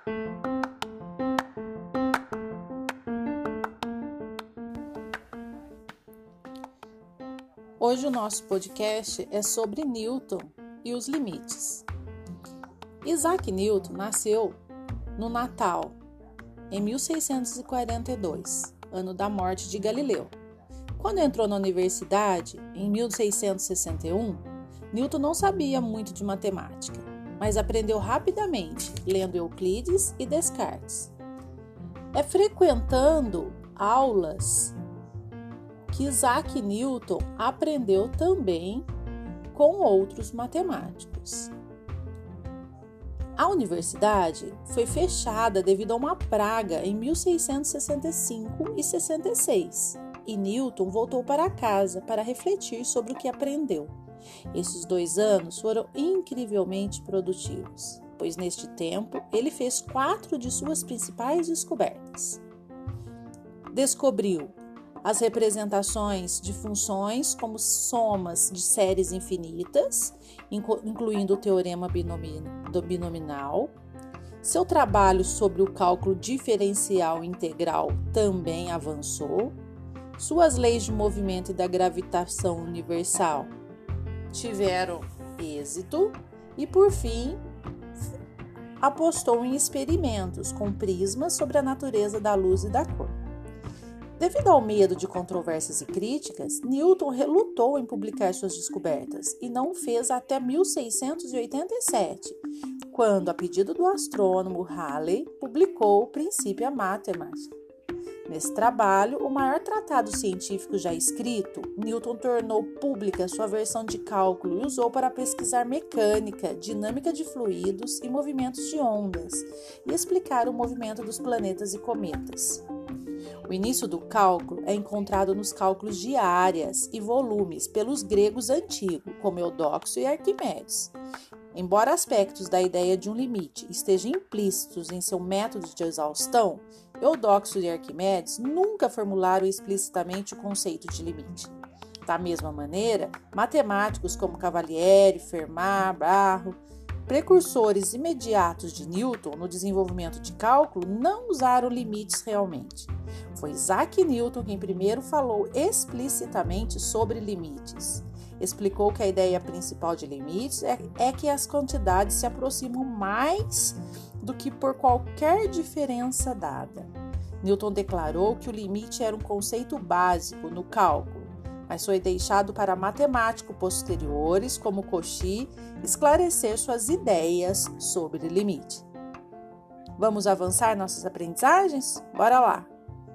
Hoje o nosso podcast é sobre Newton e os limites. Isaac Newton nasceu no Natal, em 1642, ano da morte de Galileu. Quando entrou na universidade, em 1661, Newton não sabia muito de matemática, mas aprendeu rapidamente, lendo Euclides e Descartes. É frequentando aulas que Isaac Newton aprendeu também com outros matemáticos. A universidade foi fechada devido a uma praga em 1665 e 66, e Newton voltou para casa para refletir sobre o que aprendeu. Esses 2 anos foram incrivelmente produtivos, pois neste tempo ele fez 4 de suas principais descobertas. Descobriu as representações de funções como somas de séries infinitas, incluindo o teorema binominal. Seu trabalho sobre o cálculo diferencial integral também avançou. Suas leis de movimento e da gravitação universal tiveram êxito e, por fim, apostou em experimentos com prismas sobre a natureza da luz e da cor. Devido ao medo de controvérsias e críticas, Newton relutou em publicar suas descobertas e não o fez até 1687, quando, a pedido do astrônomo Halley, publicou o Principia Mathematica. Nesse trabalho, o maior tratado científico já escrito, Newton tornou pública sua versão de cálculo e usou para pesquisar mecânica, dinâmica de fluidos e movimentos de ondas, e explicar o movimento dos planetas e cometas. O início do cálculo é encontrado nos cálculos de áreas e volumes pelos gregos antigos, como Eudóxio e Arquimedes. Embora aspectos da ideia de um limite estejam implícitos em seu método de exaustão, Eudóxio e Arquimedes nunca formularam explicitamente o conceito de limite. Da mesma maneira, matemáticos como Cavalieri, Fermat, Barrow, precursores imediatos de Newton no desenvolvimento de cálculo, não usaram limites realmente. Foi Isaac Newton quem primeiro falou explicitamente sobre limites. Explicou que a ideia principal de limites é que as quantidades se aproximam mais do que por qualquer diferença dada. Newton declarou que o limite era um conceito básico no cálculo, mas foi deixado para matemáticos posteriores, como Cauchy, esclarecer suas ideias sobre limite. Vamos avançar nossas aprendizagens? Bora lá!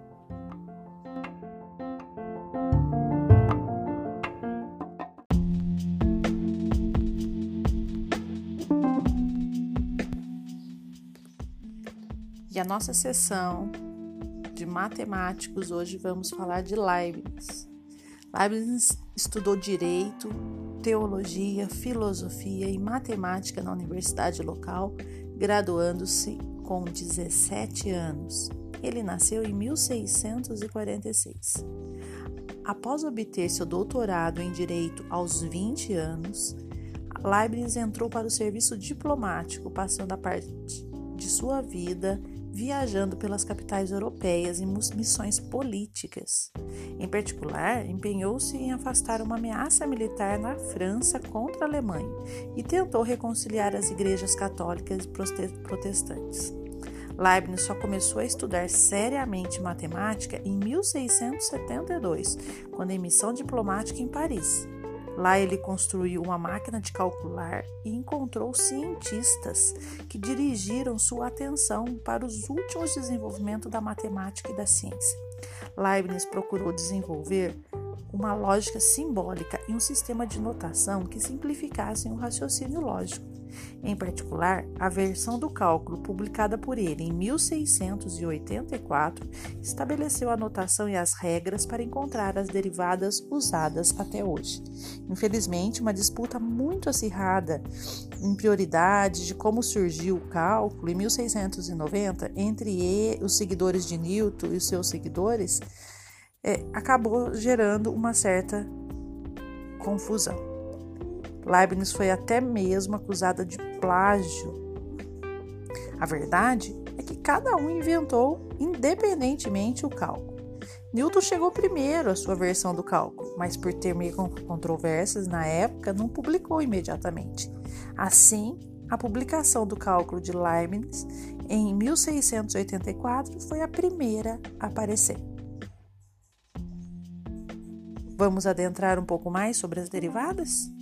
E a nossa sessão de matemáticos hoje vamos falar de Leibniz. Leibniz estudou Direito, Teologia, Filosofia e Matemática na universidade local, graduando-se com 17 anos. Ele nasceu em 1646. Após obter seu doutorado em Direito aos 20 anos, Leibniz entrou para o serviço diplomático, passando a parte de sua vida viajando pelas capitais europeias em missões políticas. Em particular, empenhou-se em afastar uma ameaça militar na França contra a Alemanha e tentou reconciliar as igrejas católicas e protestantes. Leibniz só começou a estudar seriamente matemática em 1672, quando em missão diplomática em Paris. Lá ele construiu uma máquina de calcular e encontrou cientistas que dirigiram sua atenção para os últimos desenvolvimentos da matemática e da ciência. Leibniz procurou desenvolver uma lógica simbólica e um sistema de notação que simplificassem o raciocínio lógico. Em particular, a versão do cálculo publicada por ele em 1684 estabeleceu a notação e as regras para encontrar as derivadas usadas até hoje. Infelizmente, uma disputa muito acirrada em prioridade de como surgiu o cálculo em 1690 entre os seguidores de Newton e os seus seguidores acabou gerando uma certa confusão. Leibniz foi até mesmo acusada de plágio. A verdade é que cada um inventou independentemente o cálculo. Newton chegou primeiro à sua versão do cálculo, mas por ter meio controvérsias na época, não publicou imediatamente. Assim, a publicação do cálculo de Leibniz em 1684 foi a primeira a aparecer. Vamos adentrar um pouco mais sobre as derivadas?